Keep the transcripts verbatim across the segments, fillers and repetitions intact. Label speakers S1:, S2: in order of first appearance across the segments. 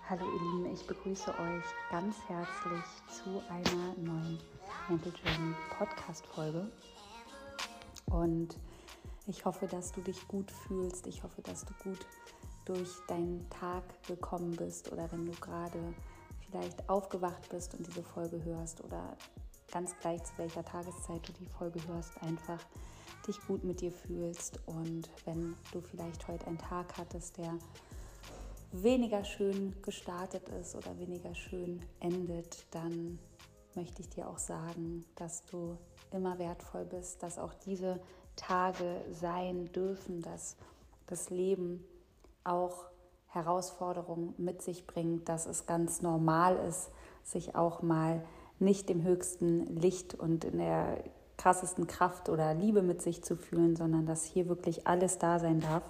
S1: Hallo ihr Lieben, ich begrüße euch ganz herzlich zu einer neuen Mental Journey Podcast Folge und ich hoffe, dass du dich gut fühlst, ich hoffe, dass du gut durch deinen Tag gekommen bist oder wenn du gerade vielleicht aufgewacht bist und diese Folge hörst oder ganz gleich zu welcher Tageszeit du die Folge hörst, einfach dich gut mit dir fühlst und wenn du vielleicht heute einen Tag hattest, der weniger schön gestartet ist oder weniger schön endet, dann möchte ich dir auch sagen, dass du immer wertvoll bist, dass auch diese Tage sein dürfen, dass das Leben auch Herausforderungen mit sich bringt, dass es ganz normal ist, sich auch mal nicht im höchsten Licht und in der krassesten Kraft oder Liebe mit sich zu fühlen, sondern dass hier wirklich alles da sein darf.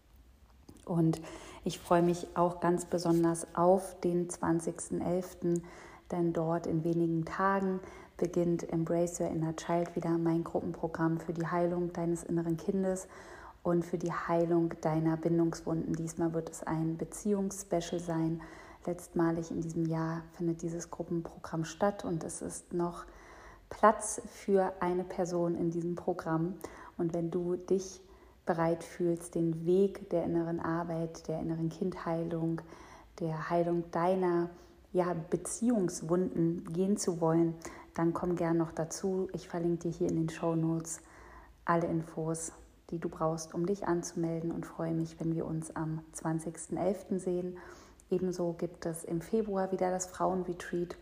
S1: Und ich freue mich auch ganz besonders auf den zwanzigsten elften, denn dort in wenigen Tagen beginnt Embrace Your Inner Child wieder mein Gruppenprogramm für die Heilung deines inneren Kindes und für die Heilung deiner Bindungswunden. Diesmal wird es ein Beziehungsspecial sein. Letztmalig in diesem Jahr findet dieses Gruppenprogramm statt und es ist noch Platz für eine Person in diesem Programm. Und wenn du dich bereit fühlst, den Weg der inneren Arbeit, der inneren Kindheilung, der Heilung deiner ja, Beziehungswunden gehen zu wollen, dann komm gern noch dazu. Ich verlinke dir hier in den Shownotes alle Infos, die du brauchst, um dich anzumelden und freue mich, wenn wir uns am zwanzigsten elften sehen. Ebenso gibt es im Februar wieder das Frauenretreat.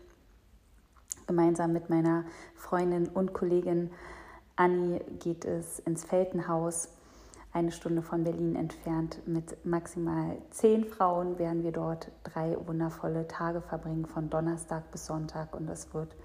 S1: Gemeinsam mit meiner Freundin und Kollegin Anni geht es ins Feltenhaus. Eine Stunde von Berlin entfernt. Mit maximal zehn Frauen werden wir dort drei wundervolle Tage verbringen, von Donnerstag bis Sonntag. Und es wird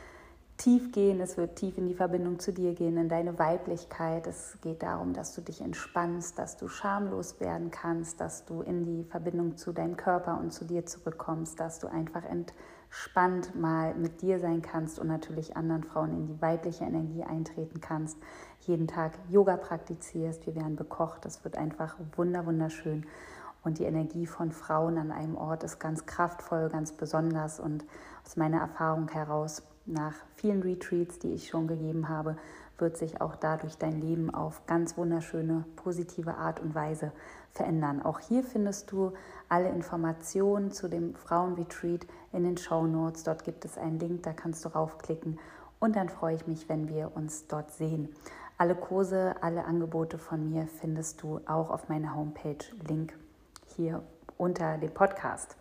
S1: tief gehen, es wird tief in die Verbindung zu dir gehen, in deine Weiblichkeit. Es geht darum, dass du dich entspannst, dass du schamlos werden kannst, dass du in die Verbindung zu deinem Körper und zu dir zurückkommst, dass du einfach entspannt mal mit dir sein kannst und natürlich anderen Frauen in die weibliche Energie eintreten kannst. Jeden Tag Yoga praktizierst, wir werden bekocht, es wird einfach wunder wunderschön und die Energie von Frauen an einem Ort ist ganz kraftvoll, ganz besonders und aus meiner Erfahrung heraus, nach vielen Retreats, die ich schon gegeben habe, wird sich auch dadurch dein Leben auf ganz wunderschöne, positive Art und Weise verändern. Auch hier findest du alle Informationen zu dem Frauenretreat in den Shownotes. Dort gibt es einen Link, da kannst du raufklicken und dann freue ich mich, wenn wir uns dort sehen. Alle Kurse, alle Angebote von mir findest du auch auf meiner Homepage, Link hier unter dem Podcast.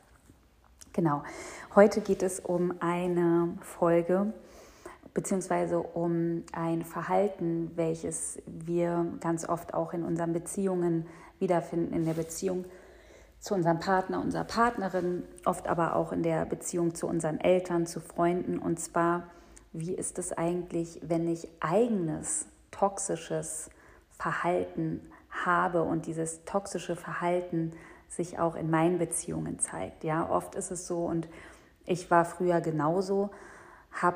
S1: Genau, heute geht es um eine Folge beziehungsweise um ein Verhalten, welches wir ganz oft auch in unseren Beziehungen wiederfinden, in der Beziehung zu unserem Partner, unserer Partnerin, oft aber auch in der Beziehung zu unseren Eltern, zu Freunden. Und zwar, wie ist es eigentlich, wenn ich eigenes toxisches Verhalten habe und dieses toxische Verhalten sich auch in meinen Beziehungen zeigt. Ja, oft ist es so und ich war früher genauso, habe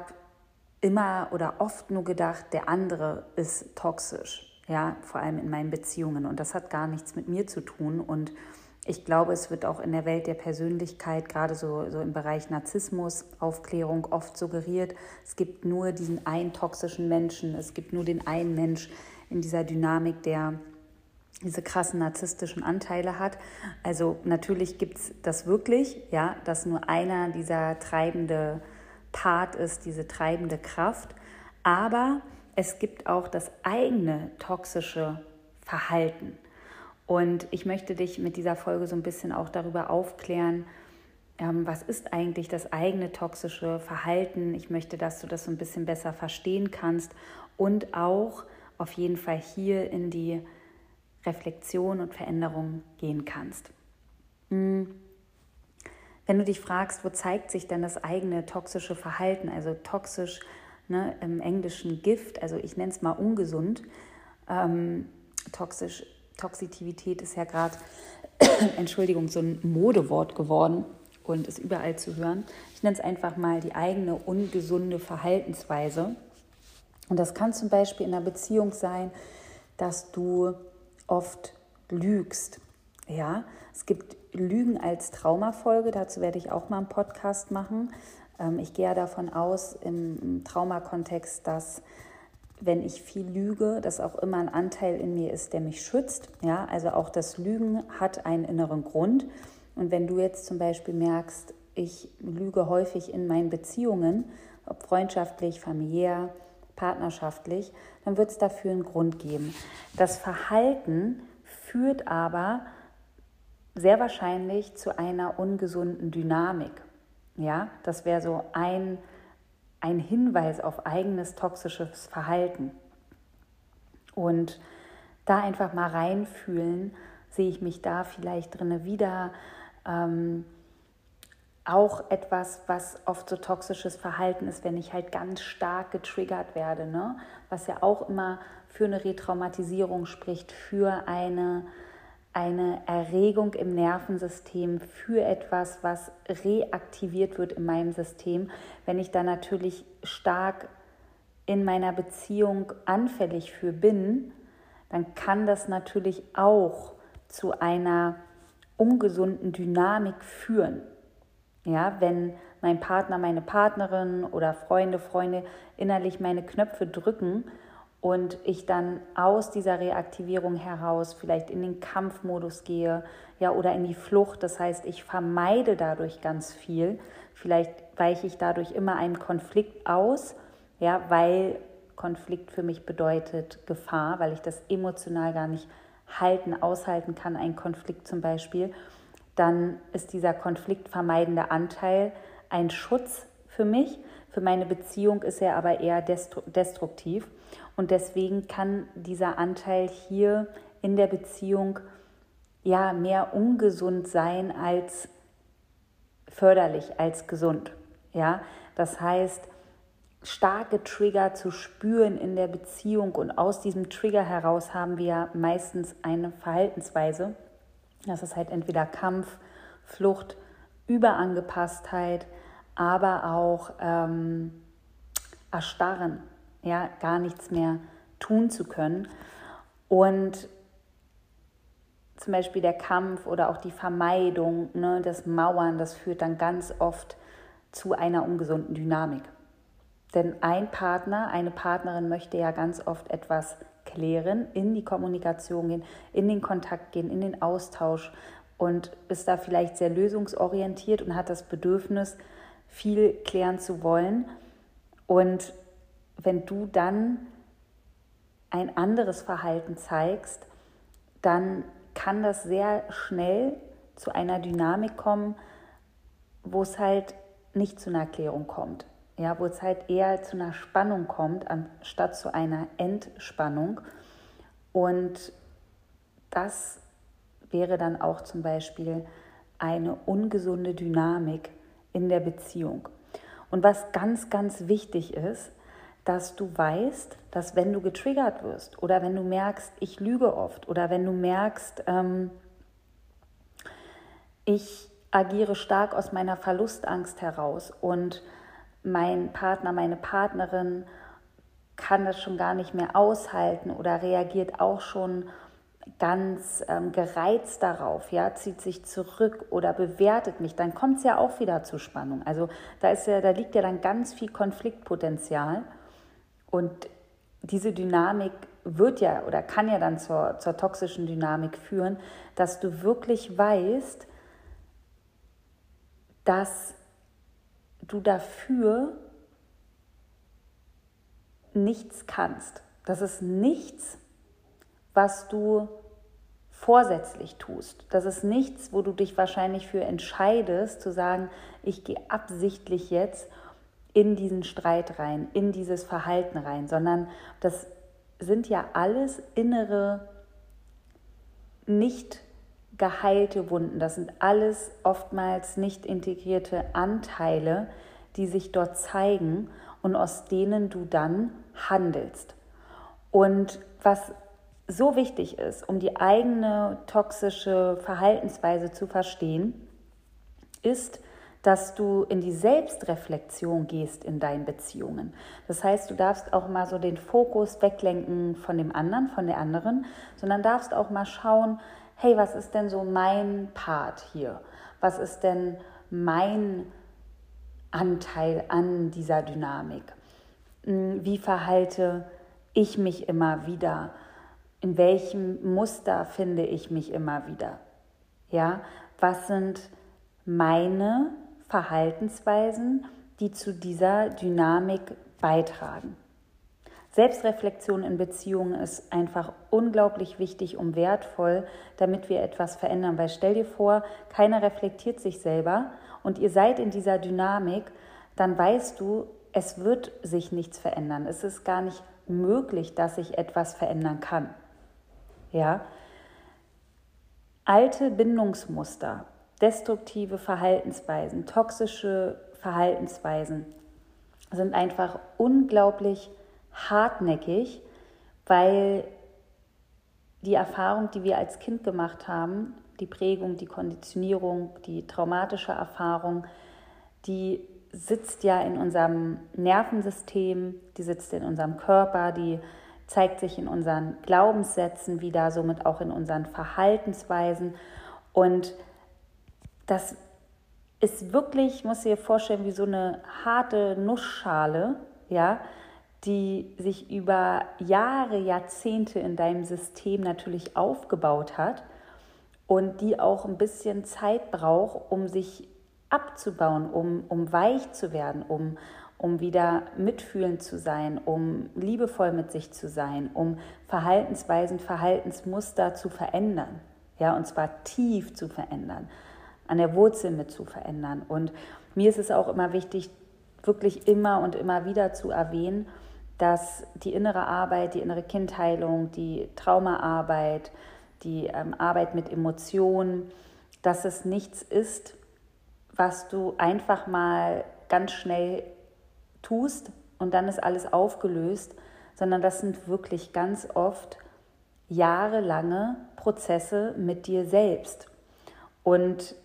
S1: immer oder oft nur gedacht, der andere ist toxisch, ja, vor allem in meinen Beziehungen und das hat gar nichts mit mir zu tun und ich glaube, es wird auch in der Welt der Persönlichkeit, gerade so, so im Bereich Narzissmus, Aufklärung oft suggeriert, es gibt nur diesen einen toxischen Menschen, es gibt nur den einen Mensch in dieser Dynamik, der diese krassen narzisstischen Anteile hat. Also natürlich gibt es das wirklich, ja, dass nur einer dieser treibende Part ist, diese treibende Kraft. Aber es gibt auch das eigene toxische Verhalten. Und ich möchte dich mit dieser Folge so ein bisschen auch darüber aufklären, ähm, was ist eigentlich das eigene toxische Verhalten. Ich möchte, dass du das so ein bisschen besser verstehen kannst und auch auf jeden Fall hier in die Reflexion und Veränderung gehen kannst. Wenn du dich fragst, wo zeigt sich denn das eigene toxische Verhalten, also toxisch, ne, im Englischen Gift, also ich nenne es mal ungesund, ähm, toxisch, Toxizität ist ja gerade, Entschuldigung, so ein Modewort geworden und ist überall zu hören. Ich nenne es einfach mal die eigene ungesunde Verhaltensweise. Und das kann zum Beispiel in einer Beziehung sein, dass du oft lügst, Ja, es gibt Lügen als Traumafolge, dazu werde ich auch mal einen Podcast machen. Ähm, ich gehe ja davon aus, im, im Traumakontext, dass wenn ich viel lüge, dass auch immer ein Anteil in mir ist, der mich schützt. Ja, also auch das Lügen hat einen inneren Grund. Und wenn du jetzt zum Beispiel merkst, ich lüge häufig in meinen Beziehungen, ob freundschaftlich, familiär, partnerschaftlich, dann wird es dafür einen Grund geben. Das Verhalten führt aber sehr wahrscheinlich zu einer ungesunden Dynamik. Ja, das wäre so ein, ein Hinweis auf eigenes toxisches Verhalten. Und da einfach mal reinfühlen, sehe ich mich da vielleicht drinne wieder. Ähm, auch etwas, was oft so toxisches Verhalten ist, wenn ich halt ganz stark getriggert werde, ne? Was ja auch immer für eine Retraumatisierung spricht, für eine, eine Erregung im Nervensystem, für etwas, was reaktiviert wird in meinem System. Wenn ich da natürlich stark in meiner Beziehung anfällig für bin, dann kann das natürlich auch zu einer ungesunden Dynamik führen. Ja, wenn mein Partner, meine Partnerin oder Freunde, Freunde innerlich meine Knöpfe drücken und ich dann aus dieser Reaktivierung heraus vielleicht in den Kampfmodus gehe, ja, oder in die Flucht, das heißt, ich vermeide dadurch ganz viel, vielleicht weiche ich dadurch immer einen Konflikt aus, ja, weil Konflikt für mich bedeutet Gefahr, weil ich das emotional gar nicht halten, aushalten kann, einen Konflikt zum Beispiel, dann ist dieser konfliktvermeidende Anteil ein Schutz für mich. Für meine Beziehung ist er aber eher destruktiv. Und deswegen kann dieser Anteil hier in der Beziehung ja mehr ungesund sein als förderlich, als gesund. Ja, das heißt, starke Trigger zu spüren in der Beziehung und aus diesem Trigger heraus haben wir meistens eine Verhaltensweise. Das ist halt entweder Kampf, Flucht, Überangepasstheit, aber auch ähm, Erstarren, ja, gar nichts mehr tun zu können. Und zum Beispiel der Kampf oder auch die Vermeidung, ne, das Mauern, das führt dann ganz oft zu einer ungesunden Dynamik. Denn ein Partner, eine Partnerin möchte ja ganz oft etwas klären, in die Kommunikation gehen, in den Kontakt gehen, in den Austausch und ist da vielleicht sehr lösungsorientiert und hat das Bedürfnis, viel klären zu wollen. Und wenn du dann ein anderes Verhalten zeigst, dann kann das sehr schnell zu einer Dynamik kommen, wo es halt nicht zu einer Klärung kommt. Ja, wo es halt eher zu einer Spannung kommt, anstatt zu einer Entspannung. Und das wäre dann auch zum Beispiel eine ungesunde Dynamik in der Beziehung. Und was ganz, ganz wichtig ist, dass du weißt, dass wenn du getriggert wirst oder wenn du merkst, ich lüge oft oder wenn du merkst, ähm, ich agiere stark aus meiner Verlustangst heraus und mein Partner, meine Partnerin kann das schon gar nicht mehr aushalten oder reagiert auch schon ganz ähm, gereizt darauf, ja, zieht sich zurück oder bewertet mich, dann kommt es ja auch wieder zu Spannung. Also da ist ja, da liegt ja dann ganz viel Konfliktpotenzial und diese Dynamik wird ja oder kann ja dann zur, zur toxischen Dynamik führen, dass du wirklich weißt, dass du dafür nichts kannst. Das ist nichts, was du vorsätzlich tust. Das ist nichts, wo du dich wahrscheinlich für entscheidest, zu sagen, ich gehe absichtlich jetzt in diesen Streit rein, in dieses Verhalten rein, sondern das sind ja alles innere, nicht geheilte Wunden. Das sind alles oftmals nicht integrierte Anteile, die sich dort zeigen und aus denen du dann handelst. Und was so wichtig ist, um die eigene toxische Verhaltensweise zu verstehen, ist, dass du in die Selbstreflexion gehst in deinen Beziehungen. Das heißt, du darfst auch mal so den Fokus weglenken von dem anderen, von der anderen, sondern darfst auch mal schauen, hey, was ist denn so mein Part hier? Was ist denn mein Anteil an dieser Dynamik? Wie verhalte ich mich immer wieder? In welchem Muster finde ich mich immer wieder? Ja, was sind meine Verhaltensweisen, die zu dieser Dynamik beitragen? Selbstreflexion in Beziehungen ist einfach unglaublich wichtig und wertvoll, damit wir etwas verändern. Weil stell dir vor, keiner reflektiert sich selber und ihr seid in dieser Dynamik, dann weißt du, es wird sich nichts verändern. Es ist gar nicht möglich, dass sich etwas verändern kann. Ja? Alte Bindungsmuster, destruktive Verhaltensweisen, toxische Verhaltensweisen sind einfach unglaublich hartnäckig, weil die Erfahrung, die wir als Kind gemacht haben, die Prägung, die Konditionierung, die traumatische Erfahrung, die sitzt ja in unserem Nervensystem, die sitzt in unserem Körper, die zeigt sich in unseren Glaubenssätzen wieder, somit auch in unseren Verhaltensweisen. Und das ist wirklich, ich muss dir vorstellen, wie so eine harte Nussschale, ja, die sich über Jahre, Jahrzehnte in deinem System natürlich aufgebaut hat und die auch ein bisschen Zeit braucht, um sich abzubauen, um, um weich zu werden, um, um wieder mitfühlend zu sein, um liebevoll mit sich zu sein, um Verhaltensweisen, Verhaltensmuster zu verändern, ja, und zwar tief zu verändern, an der Wurzel mit zu verändern. Und mir ist es auch immer wichtig, wirklich immer und immer wieder zu erwähnen, dass die innere Arbeit, die innere Kindheilung, die Traumaarbeit, die ähm, Arbeit mit Emotionen, dass es nichts ist, was du einfach mal ganz schnell tust und dann ist alles aufgelöst, sondern das sind wirklich ganz oft jahrelange Prozesse mit dir selbst. Und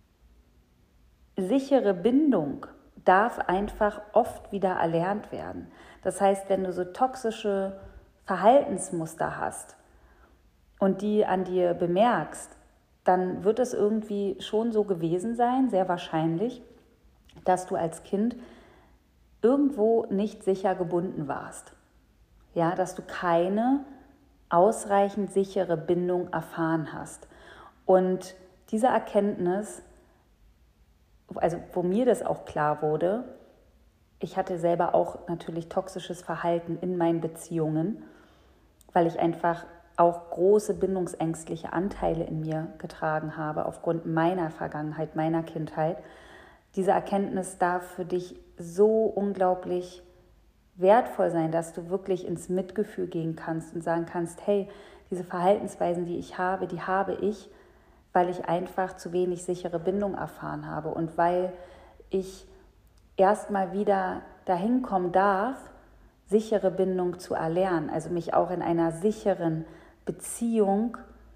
S1: sichere Bindung darf einfach oft wieder erlernt werden. Das heißt, wenn du so toxische Verhaltensmuster hast und die an dir bemerkst, dann wird es irgendwie schon so gewesen sein, sehr wahrscheinlich, dass du als Kind irgendwo nicht sicher gebunden warst. Ja, dass du keine ausreichend sichere Bindung erfahren hast. Und diese Erkenntnis, also wo mir das auch klar wurde, ich hatte selber auch natürlich toxisches Verhalten in meinen Beziehungen, weil ich einfach auch große bindungsängstliche Anteile in mir getragen habe aufgrund meiner Vergangenheit, meiner Kindheit. Diese Erkenntnis darf für dich so unglaublich wertvoll sein, dass du wirklich ins Mitgefühl gehen kannst und sagen kannst, hey, diese Verhaltensweisen, die ich habe, die habe ich, weil ich einfach zu wenig sichere Bindung erfahren habe und weil ich erstmal wieder dahin kommen darf, sichere Bindung zu erlernen, also mich auch in einer sicheren Beziehung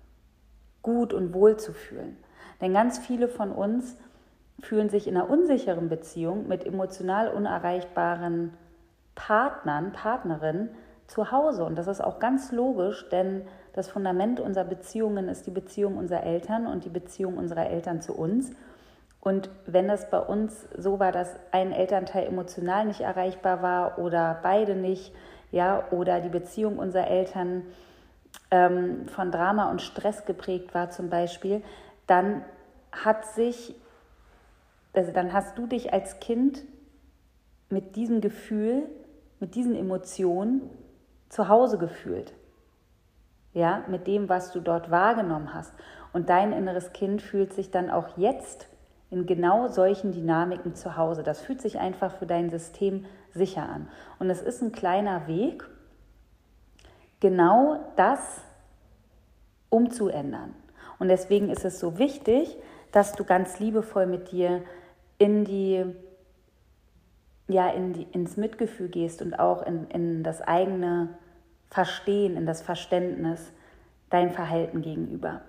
S1: gut und wohl zu fühlen. Denn ganz viele von uns fühlen sich in einer unsicheren Beziehung mit emotional unerreichbaren Partnern, Partnerinnen zu Hause. Und das ist auch ganz logisch, denn das Fundament unserer Beziehungen ist die Beziehung unserer Eltern und die Beziehung unserer Eltern zu uns. Und wenn das bei uns so war, dass ein Elternteil emotional nicht erreichbar war oder beide nicht, ja, oder die Beziehung unserer Eltern ähm, von Drama und Stress geprägt war zum Beispiel, dann hat sich, also dann hast du dich als Kind mit diesem Gefühl, mit diesen Emotionen zu Hause gefühlt. Ja, mit dem, was du dort wahrgenommen hast. Und dein inneres Kind fühlt sich dann auch jetzt in genau solchen Dynamiken zu Hause. Das fühlt sich einfach für dein System sicher an. Und es ist ein kleiner Weg, genau das umzuändern. Und deswegen ist es so wichtig, dass du ganz liebevoll mit dir in die, ja, in die, ins Mitgefühl gehst und auch in, in das eigene Verstehen, in das Verständnis, dein Verhalten gegenüber.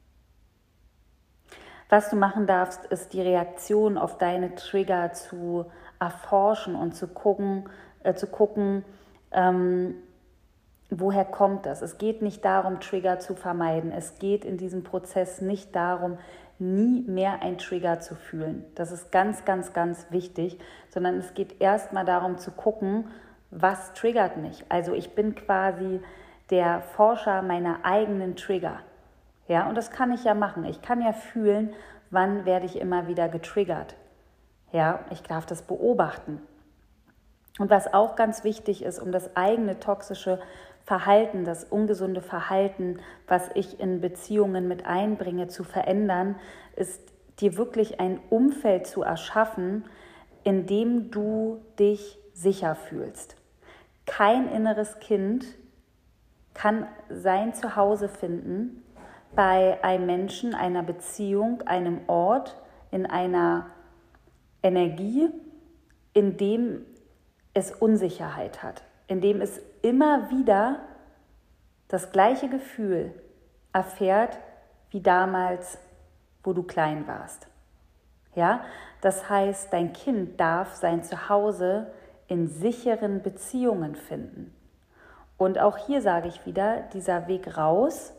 S1: Was du machen darfst, ist die Reaktion auf deine Trigger zu erforschen und zu gucken, äh, zu gucken ähm, woher kommt das? Es geht nicht darum, Trigger zu vermeiden. Es geht in diesem Prozess nicht darum, nie mehr einen Trigger zu fühlen. Das ist ganz, ganz, ganz wichtig, sondern es geht erstmal darum zu gucken, was triggert mich. Also ich bin quasi der Forscher meiner eigenen Trigger. Ja, und das kann ich ja machen. Ich kann ja fühlen, wann werde ich immer wieder getriggert. Ja, ich darf das beobachten. Und was auch ganz wichtig ist, um das eigene toxische Verhalten, das ungesunde Verhalten, was ich in Beziehungen mit einbringe, zu verändern, ist dir wirklich ein Umfeld zu erschaffen, in dem du dich sicher fühlst. Kein inneres Kind kann sein Zuhause finden bei einem Menschen, einer Beziehung, einem Ort, in einer Energie, in dem es Unsicherheit hat, in dem es immer wieder das gleiche Gefühl erfährt wie damals, wo du klein warst. Ja, das heißt, dein Kind darf sein Zuhause in sicheren Beziehungen finden. Und auch hier sage ich wieder, dieser Weg raus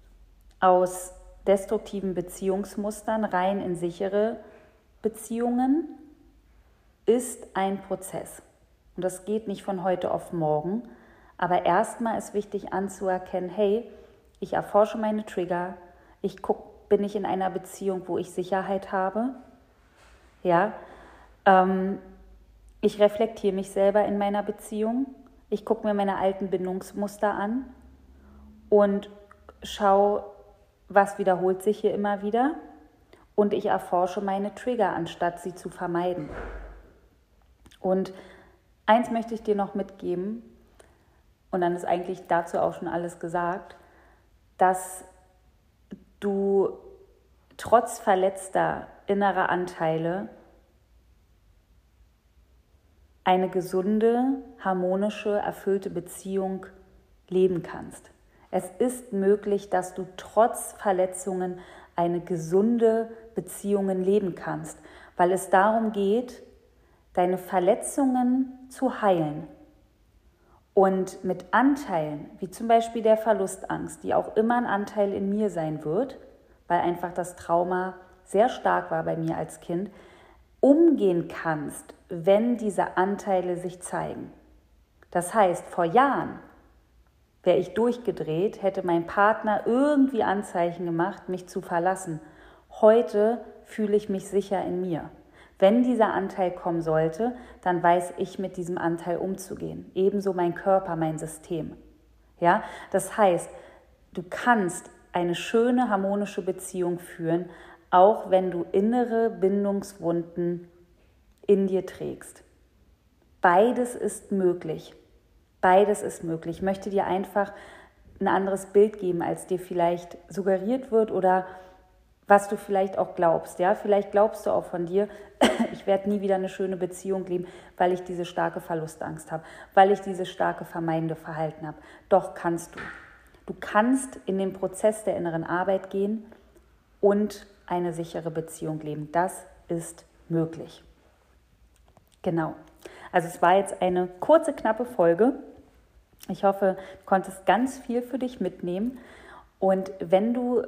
S1: aus destruktiven Beziehungsmustern rein in sichere Beziehungen ist ein Prozess. Und das geht nicht von heute auf morgen. Aber erstmal ist wichtig anzuerkennen, hey, ich erforsche meine Trigger, ich gucke, bin ich in einer Beziehung, wo ich Sicherheit habe? Ja, ähm, ich reflektiere mich selber in meiner Beziehung, ich gucke mir meine alten Bindungsmuster an und schaue, was wiederholt sich hier immer wieder, und ich erforsche meine Trigger, anstatt sie zu vermeiden. Und eins möchte ich dir noch mitgeben, und dann ist eigentlich dazu auch schon alles gesagt, dass du trotz verletzter innerer Anteile eine gesunde, harmonische, erfüllte Beziehung leben kannst. Es ist möglich, dass du trotz Verletzungen eine gesunde Beziehung leben kannst, weil es darum geht, deine Verletzungen zu heilen. Und mit Anteilen, wie zum Beispiel der Verlustangst, die auch immer ein Anteil in mir sein wird, weil einfach das Trauma sehr stark war bei mir als Kind, umgehen kannst, wenn diese Anteile sich zeigen. Das heißt, vor Jahren wäre ich durchgedreht, hätte mein Partner irgendwie Anzeichen gemacht, mich zu verlassen. Heute fühle ich mich sicher in mir. Wenn dieser Anteil kommen sollte, dann weiß ich, mit diesem Anteil umzugehen. Ebenso mein Körper, mein System. Ja? Das heißt, du kannst eine schöne, harmonische Beziehung führen, auch wenn du innere Bindungswunden in dir trägst. Beides ist möglich. Beides ist möglich. Ich möchte dir einfach ein anderes Bild geben, als dir vielleicht suggeriert wird oder was du vielleicht auch glaubst. Ja? Vielleicht glaubst du auch von dir, ich werde nie wieder eine schöne Beziehung leben, weil ich diese starke Verlustangst habe, weil ich dieses starke vermeidende Verhalten habe. Doch kannst du. Du kannst in den Prozess der inneren Arbeit gehen und eine sichere Beziehung leben. Das ist möglich. Genau. Also es war jetzt eine kurze, knappe Folge. Ich hoffe, du konntest ganz viel für dich mitnehmen. Und wenn du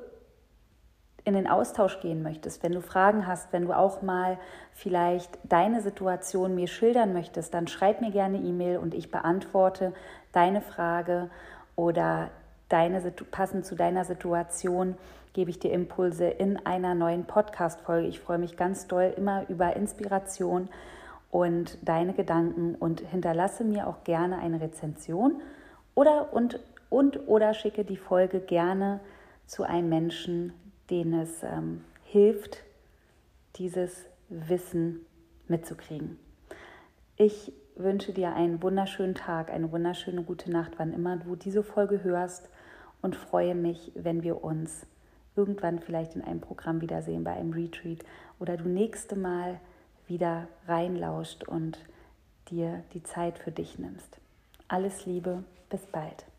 S1: in den Austausch gehen möchtest, wenn du Fragen hast, wenn du auch mal vielleicht deine Situation mir schildern möchtest, dann schreib mir gerne E-Mail und ich beantworte deine Frage oder deine, passend zu deiner Situation gebe ich dir Impulse in einer neuen Podcast-Folge. Ich freue mich ganz doll immer über Inspiration und deine Gedanken und hinterlasse mir auch gerne eine Rezension oder und, und oder schicke die Folge gerne zu einem Menschen, denen es ähm, hilft, dieses Wissen mitzukriegen. Ich wünsche dir einen wunderschönen Tag, eine wunderschöne gute Nacht, wann immer du diese Folge hörst, und freue mich, wenn wir uns irgendwann vielleicht in einem Programm wiedersehen, bei einem Retreat oder du nächste Mal wieder reinlauscht und dir die Zeit für dich nimmst. Alles Liebe, bis bald.